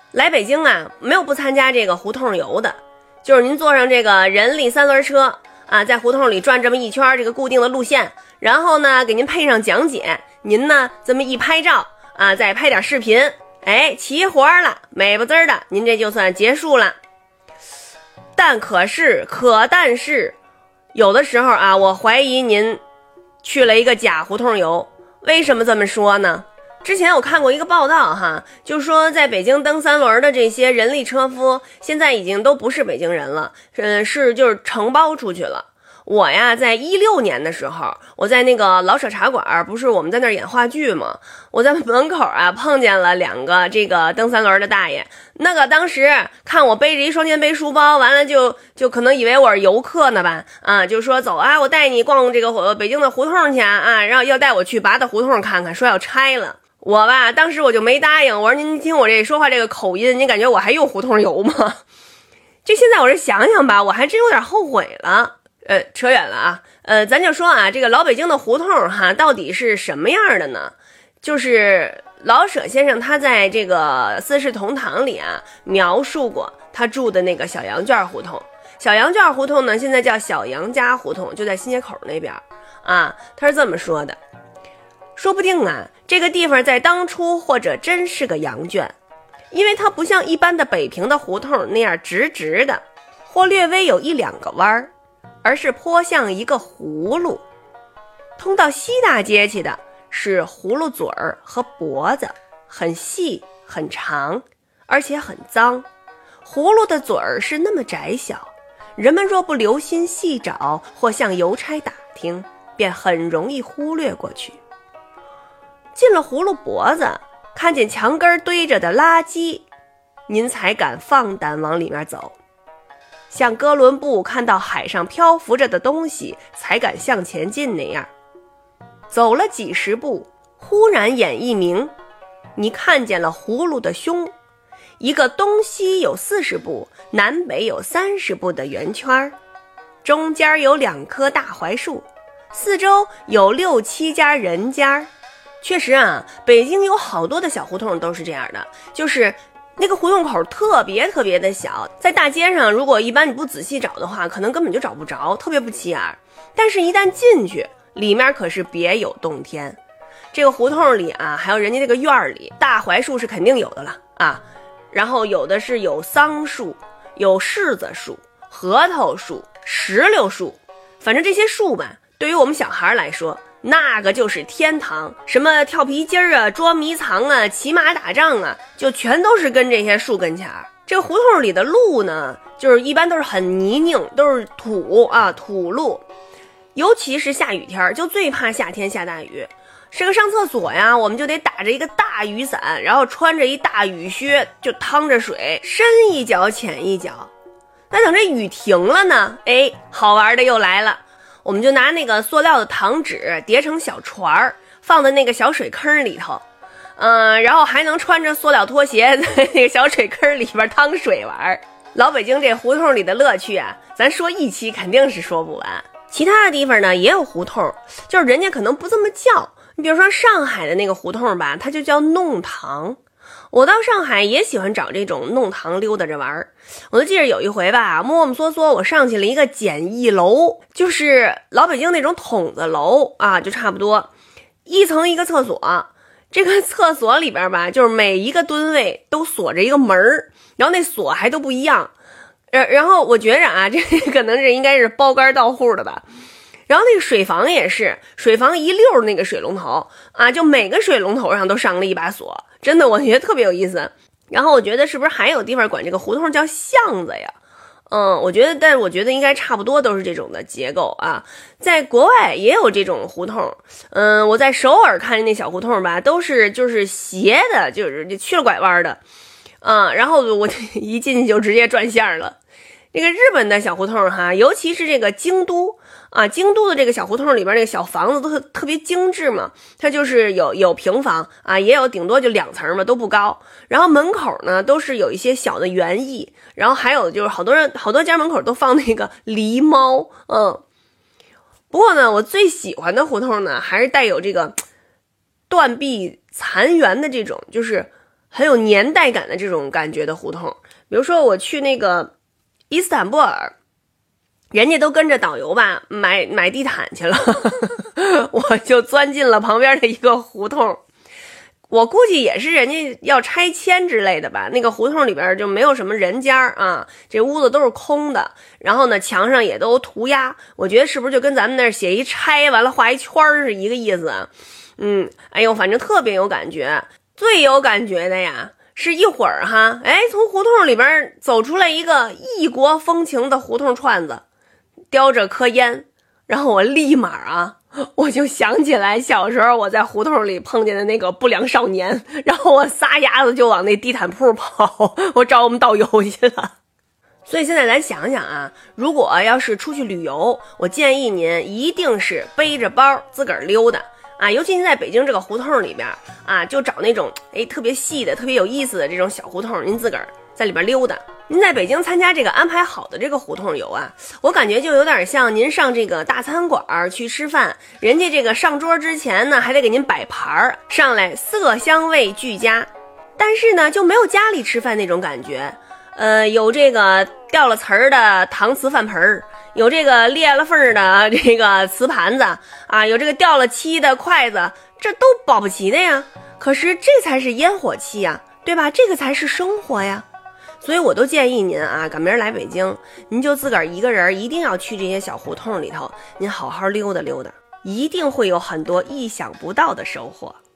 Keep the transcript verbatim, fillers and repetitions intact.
来北京啊，没有不参加这个胡同游的，就是您坐上这个人力三轮车啊，在胡同里转这么一圈，这个固定的路线，然后呢给您配上讲解，您呢这么一拍照啊，再拍点视频，哎，齐活了，美不滋的，您这就算结束了。但可是可但是有的时候啊，我怀疑您去了一个假胡同游。为什么这么说呢？之前我看过一个报道哈，就说在北京蹬三轮的这些人力车夫现在已经都不是北京人了，嗯，是就是承包出去了。我呀，在一六年的时候，我在那个老舍茶馆，不是我们在那儿演话剧吗？我在门口啊碰见了两个这个蹬三轮的大爷，那个当时看我背着一双肩背书包，完了就就可能以为我是游客呢吧，啊，就说走啊，我带你逛这个北京的胡同去啊，然后要带我去八大胡同看看，说要拆了。我吧，当时我就没答应，我说您听我这说话这个口音，您感觉我还用胡同游吗？这现在我这想想吧，我还真有点后悔了。呃，扯远了啊，呃，咱就说啊，这个老北京的胡同哈，到底是什么样的呢？就是老舍先生他在这个《四世同堂》里啊，描述过他住的那个小羊圈胡同。小羊圈胡同呢，现在叫小杨家胡同，就在新街口那边啊。他是这么说的：说不定啊，这个地方在当初或者真是个羊圈，因为它不像一般的北平的胡同那样直直的，或略微有一两个弯儿。而是颇像一个葫芦，通到西大街去的是葫芦嘴儿和脖子，很细很长，而且很脏。葫芦的嘴儿是那么窄小，人们若不留心细找或向邮差打听，便很容易忽略过去。进了葫芦脖子，看见墙根堆着的垃圾，您才敢放胆往里面走。像哥伦布看到海上漂浮着的东西才敢向前进那样，走了几十步，忽然眼一明，你看见了葫芦的胸，一个东西有四十步，南北有三十步的圆圈，中间有两棵大槐树，四周有六七家人家。确实啊，北京有好多的小胡同都是这样的，就是那个胡同口特别特别的小，在大街上如果一般你不仔细找的话，可能根本就找不着，特别不起眼。但是一旦进去，里面可是别有洞天。这个胡同里啊，还有人家这个院里，大槐树是肯定有的了啊，然后有的是有桑树，有柿子树，核桃树，石榴树，反正这些树吧，对于我们小孩来说那个就是天堂，什么跳皮筋儿啊，捉迷藏啊，骑马打仗啊，就全都是跟这些树跟前儿。这个胡同里的路呢，就是一般都是很泥泞，都是土啊，土路。尤其是下雨天，就最怕夏天下大雨。这个上厕所呀，我们就得打着一个大雨伞，然后穿着一大雨靴，就趟着水，深一脚浅一脚。那等这雨停了呢，哎，好玩的又来了。我们就拿那个塑料的糖纸叠成小船儿，放在那个小水坑里头，嗯、呃，然后还能穿着塑料拖鞋在那个小水坑里边趟水玩。老北京这胡同里的乐趣啊，咱说一期肯定是说不完。其他的地方呢也有胡同，就是人家可能不这么叫。你比如说上海的那个胡同吧，它就叫弄堂。我到上海也喜欢找这种弄堂溜达着玩。我都记得有一回吧，摸摸索索我上去了一个简易楼，就是老北京那种筒子楼啊，就差不多一层一个厕所。这个厕所里边吧，就是每一个吨位都锁着一个门，然后那锁还都不一样。然后我觉着啊，这可能是应该是包干到户的吧。然后那个水房也是，水房一溜那个水龙头啊，就每个水龙头上都上了一把锁，真的我觉得特别有意思。然后我觉得是不是还有地方管这个胡同叫巷子呀？嗯，我觉得，但是我觉得应该差不多都是这种的结构啊。在国外也有这种胡同，嗯，我在首尔看见那小胡同吧，都是就是斜的，就是去了拐弯的，嗯，然后我一进去就直接转线了。这个日本的小胡同哈，尤其是这个京都啊，京都的这个小胡同里边那个小房子都特特别精致嘛，它就是有有平房啊，也有顶多就两层嘛，都不高。然后门口呢都是有一些小的园艺，然后还有就是好多人好多家门口都放那个狸猫，嗯。不过呢，我最喜欢的胡同呢，还是带有这个断壁残垣的这种，就是很有年代感的这种感觉的胡同。比如说我去那个伊斯坦布尔，人家都跟着导游吧买买地毯去了我就钻进了旁边的一个胡同，我估计也是人家要拆迁之类的吧，那个胡同里边就没有什么人家啊，这屋子都是空的，然后呢墙上也都涂鸦，我觉得是不是就跟咱们那儿写一拆完了画一圈是一个意思啊？嗯，哎呦，反正特别有感觉。最有感觉的呀是一会儿哈，哎，从胡同里边走出来一个异国风情的胡同串子，叼着颗烟，然后我立马啊我就想起来小时候我在胡同里碰见的那个不良少年，然后我撒丫子就往那地毯铺跑，我找我们导游去了。所以现在咱想想啊，如果要是出去旅游，我建议您一定是背着包自个儿溜达啊，尤其您在北京这个胡同里边啊，就找那种哎特别细的特别有意思的这种小胡同，您自个儿在里边溜达。您在北京参加这个安排好的这个胡同游啊，我感觉就有点像您上这个大餐馆去吃饭，人家这个上桌之前呢还得给您摆盘，上来色香味俱佳，但是呢就没有家里吃饭那种感觉。呃，有这个掉了瓷儿的搪瓷饭盆，有这个裂了缝的这个瓷盘子啊，有这个掉了漆的筷子，这都保不齐的呀。可是这才是烟火气呀，对吧？这个才是生活呀。所以我都建议您啊，赶明儿来北京，您就自个儿一个人一定要去这些小胡同里头，您好好溜达溜达，一定会有很多意想不到的收获。